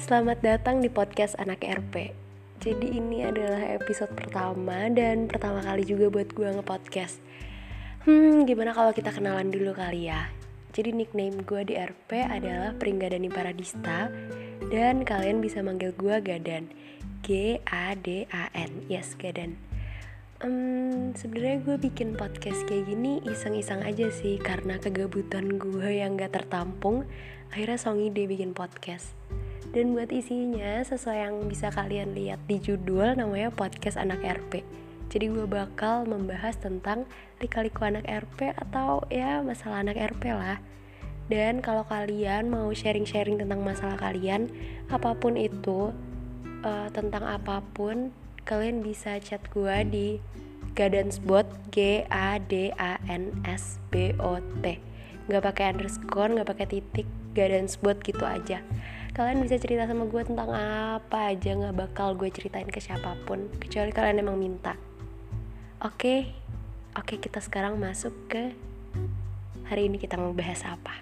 selamat datang di podcast Anak RP. Jadi ini adalah episode pertama dan pertama kali juga buat gue nge-podcast. Gimana kalau kita kenalan dulu kali ya? Jadi nickname gue di RP adalah Pringgadani Paradista dan kalian bisa manggil gue Gadan. Gadan, yes Gadan. Sebenarnya gue bikin podcast kayak gini iseng-iseng aja sih, karena kegabutan gue yang gak tertampung. Akhirnya song ide bikin podcast. Dan buat isinya sesuai yang bisa kalian lihat di judul, namanya podcast Anak RP. Jadi gue bakal membahas tentang lika-liku anak RP atau ya masalah anak RP lah. Dan kalau kalian mau sharing-sharing tentang masalah kalian, apapun itu, tentang apapun, kalian bisa chat gue di Gadansbot, Gadansbot. Gak pakai underscore, gak pakai titik, Gadansbot gitu aja. Kalian bisa cerita sama gue tentang apa aja, gak bakal gue ceritain ke siapapun, kecuali kalian emang minta. Oke, kita sekarang masuk ke hari ini kita mau bahas apa.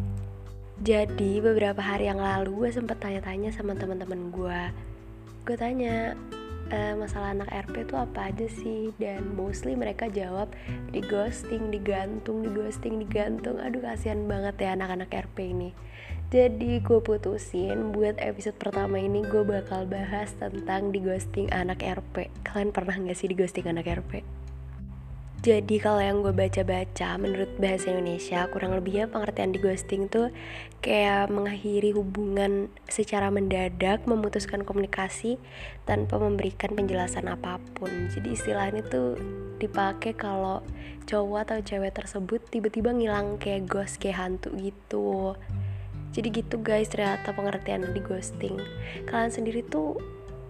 Jadi beberapa hari yang lalu gue sempet tanya-tanya sama teman-teman gue. Gue tanya, masalah anak RP itu apa aja sih? Dan mostly mereka jawab di ghosting, digantung. Aduh kasihan banget ya anak-anak RP ini. Jadi gue putusin buat episode pertama ini gue bakal bahas tentang di ghosting anak RP. Kalian pernah gak sih di ghosting anak RP? Jadi kalau yang gue baca-baca, menurut bahasa Indonesia, kurang lebihnya pengertian di ghosting tuh kayak mengakhiri hubungan secara mendadak, memutuskan komunikasi tanpa memberikan penjelasan apapun. Jadi istilah ini tuh dipakai kalau cowok atau cewek tersebut tiba-tiba ngilang kayak ghost, kayak hantu gitu. Jadi gitu guys, ternyata pengertian di ghosting. Kalian sendiri tuh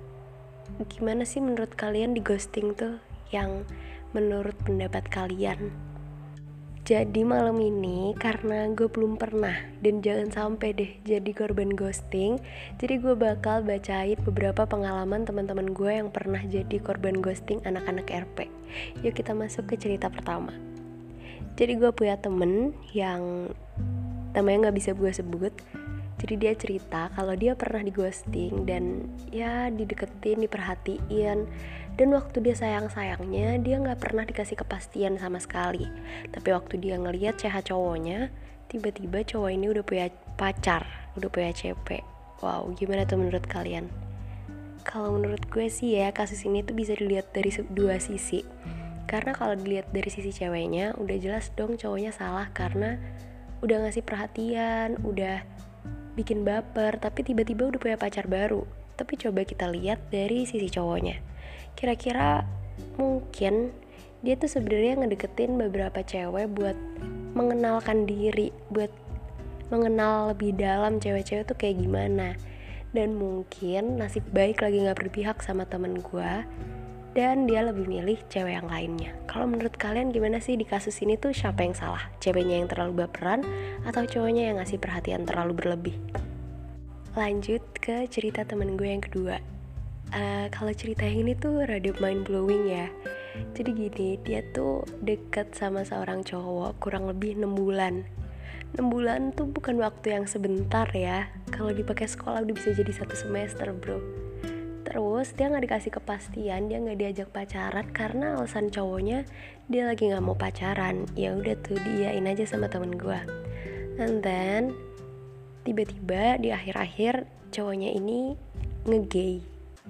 gimana sih menurut kalian di ghosting tuh, yang menurut pendapat kalian? Jadi malam ini karena gue belum pernah dan jangan sampai deh jadi korban ghosting, jadi gue bakal bacain beberapa pengalaman teman-teman gue yang pernah jadi korban ghosting anak-anak RP. Yuk kita masuk ke cerita pertama. Jadi gue punya temen yang namanya gak bisa gue sebut. Jadi dia cerita kalau dia pernah di ghosting dan ya dideketin, diperhatiin. Dan waktu dia sayang-sayangnya, dia gak pernah dikasih kepastian sama sekali. Tapi waktu dia ngeliat CH cowoknya, tiba-tiba cowok ini udah punya pacar, udah punya CP. Wow, gimana tuh menurut kalian? Kalau menurut gue sih ya, kasus ini tuh bisa dilihat dari dua sisi. Karena kalau dilihat dari sisi ceweknya, udah jelas dong cowoknya salah karena udah ngasih perhatian, udah bikin baper, tapi tiba-tiba udah punya pacar baru. Tapi coba kita lihat dari sisi cowoknya. Kira-kira mungkin dia tuh sebenarnya ngedeketin beberapa cewek buat mengenalkan diri, buat mengenal lebih dalam cewek-cewek tuh kayak gimana. Dan mungkin nasib baik lagi gak berpihak sama temen gue, dan dia lebih milih cewek yang lainnya. Kalau menurut kalian gimana sih di kasus ini tuh, siapa yang salah? Ceweknya yang terlalu baperan atau cowoknya yang ngasih perhatian terlalu berlebih? Lanjut ke cerita temen gue yang kedua. Kalau cerita yang ini tuh rada mind blowing ya. Jadi gini, dia tuh deket sama seorang cowok kurang lebih 6 bulan. 6 bulan tuh bukan waktu yang sebentar ya. Kalau dipakai sekolah udah bisa jadi 1 semester bro. Terus dia gak dikasih kepastian, dia gak diajak pacaran karena alasan cowoknya dia lagi gak mau pacaran. Ya udah tuh diiyain aja sama temen gue. And then tiba-tiba di akhir-akhir cowoknya ini ngegay.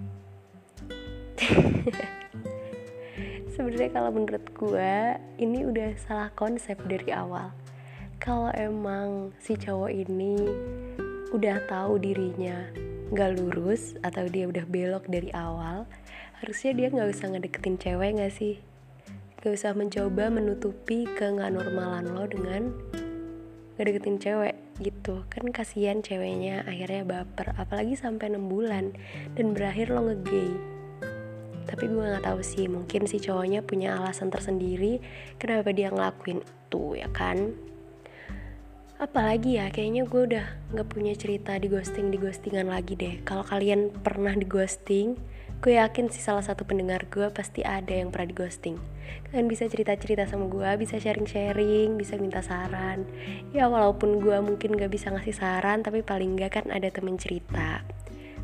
Sebenarnya kalau menurut gue ini udah salah konsep dari awal. Kalau emang si cowok ini udah tahu dirinya gak lurus atau dia udah belok dari awal, harusnya dia gak usah ngedeketin cewek gak sih? Gak usah mencoba menutupi ke gak normalan lo dengan ngedeketin cewek gitu. Kan kasihan ceweknya akhirnya baper, apalagi sampai 6 bulan dan berakhir lo ngegay. Tapi gue gak tahu sih, mungkin si cowoknya punya alasan tersendiri kenapa dia ngelakuin itu ya kan. Apalagi ya, kayaknya gue udah gak punya cerita di ghostingan lagi deh. Kalau kalian pernah di ghosting, gue yakin sih salah satu pendengar gue pasti ada yang pernah di ghosting. Kalian bisa cerita-cerita sama gue, bisa sharing-sharing, bisa minta saran. Ya walaupun gue mungkin gak bisa ngasih saran, tapi paling gak kan ada temen cerita.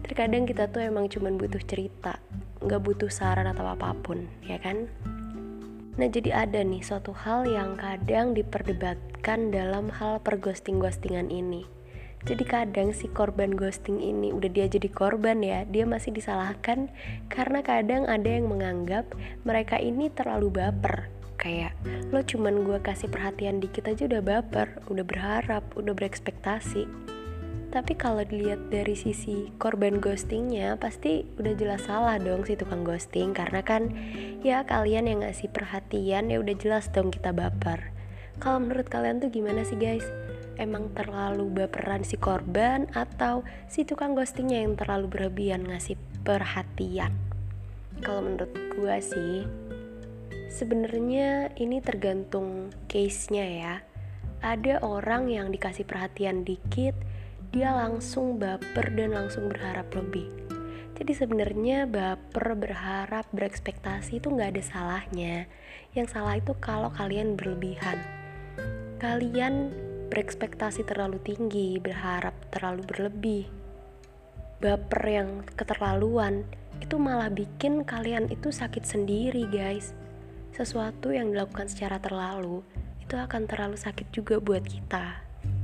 Terkadang kita tuh emang cuman butuh cerita, gak butuh saran atau apapun, ya kan? Nah, jadi ada nih suatu hal yang kadang diperdebatkan dalam hal perghosting-ghostingan ini. Jadi kadang si korban ghosting ini udah dia jadi korban ya, dia masih disalahkan karena kadang ada yang menganggap mereka ini terlalu baper. Kayak, lo cuman gue kasih perhatian dikit aja udah baper, udah berharap, udah berekspektasi. Tapi kalau dilihat dari sisi korban ghostingnya, pasti udah jelas salah dong si tukang ghosting. Karena kan ya kalian yang ngasih perhatian, ya udah jelas dong kita baper. Kalau menurut kalian tuh gimana sih guys? Emang terlalu baperan si korban atau si tukang ghostingnya yang terlalu berlebihan ngasih perhatian? Kalau menurut gue sih, sebenarnya ini tergantung case-nya ya. Ada orang yang dikasih perhatian dikit, dia langsung baper dan langsung berharap lebih. Jadi sebenarnya baper, berharap, berekspektasi itu gak ada salahnya. Yang salah itu kalau kalian berlebihan. Kalian berekspektasi terlalu tinggi, berharap terlalu berlebih. Baper yang keterlaluan, itu malah bikin kalian itu sakit sendiri guys. Sesuatu yang dilakukan secara terlalu, itu akan terlalu sakit juga buat kita.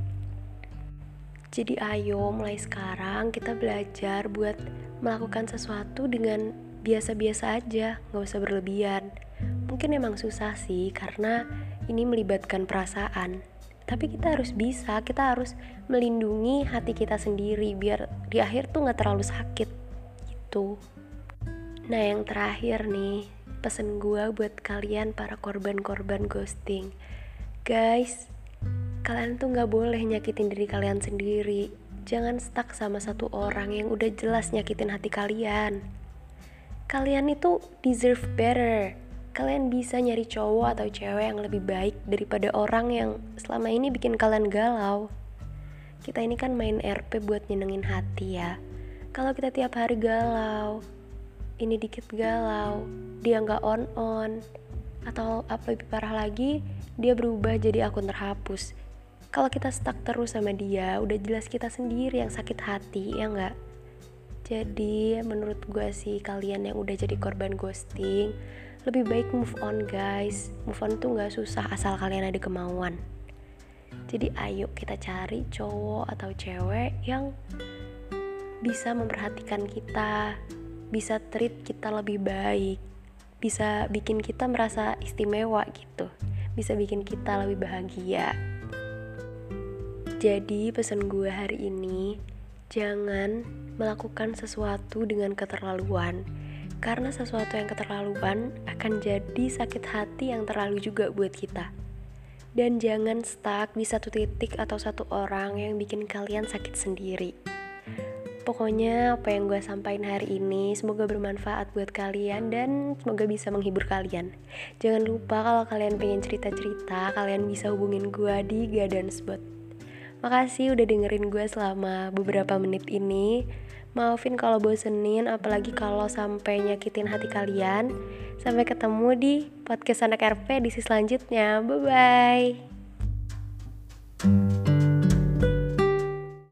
Jadi ayo mulai sekarang kita belajar buat melakukan sesuatu dengan biasa-biasa aja, gak usah berlebihan. Mungkin emang susah sih karena ini melibatkan perasaan. Tapi kita harus bisa, kita harus melindungi hati kita sendiri biar di akhir tuh gak terlalu sakit gitu. Nah yang terakhir nih, pesan gue buat kalian para korban-korban ghosting. Guys, kalian tuh gak boleh nyakitin diri kalian sendiri. Jangan stuck sama satu orang yang udah jelas nyakitin hati kalian. Kalian itu deserve better. Kalian bisa nyari cowok atau cewek yang lebih baik daripada orang yang selama ini bikin kalian galau. Kita ini kan main RP buat nyenengin hati ya. Kalau kita tiap hari galau, ini dikit galau, dia gak on-on, atau apa lebih parah lagi, dia berubah jadi akun terhapus. Kalau kita stuck terus sama dia, udah jelas kita sendiri yang sakit hati, ya nggak? Jadi menurut gue sih kalian yang udah jadi korban ghosting, lebih baik move on guys. Move on tuh nggak susah asal kalian ada kemauan. Jadi ayo kita cari cowok atau cewek yang bisa memperhatikan kita, bisa treat kita lebih baik, bisa bikin kita merasa istimewa gitu, bisa bikin kita lebih bahagia. Jadi pesan gue hari ini, jangan melakukan sesuatu dengan keterlaluan. Karena sesuatu yang keterlaluan akan jadi sakit hati yang terlalu juga buat kita. Dan jangan stuck di satu titik atau satu orang yang bikin kalian sakit sendiri. Pokoknya apa yang gue sampaikan hari ini semoga bermanfaat buat kalian dan semoga bisa menghibur kalian. Jangan lupa kalau kalian pengen cerita-cerita, kalian bisa hubungin gue di Gadansbot. Makasih udah dengerin gue selama beberapa menit ini. Maafin kalau bosenin, apalagi kalau sampai nyakitin hati kalian. Sampai ketemu di podcast Anak RP edisi selanjutnya. Bye-bye.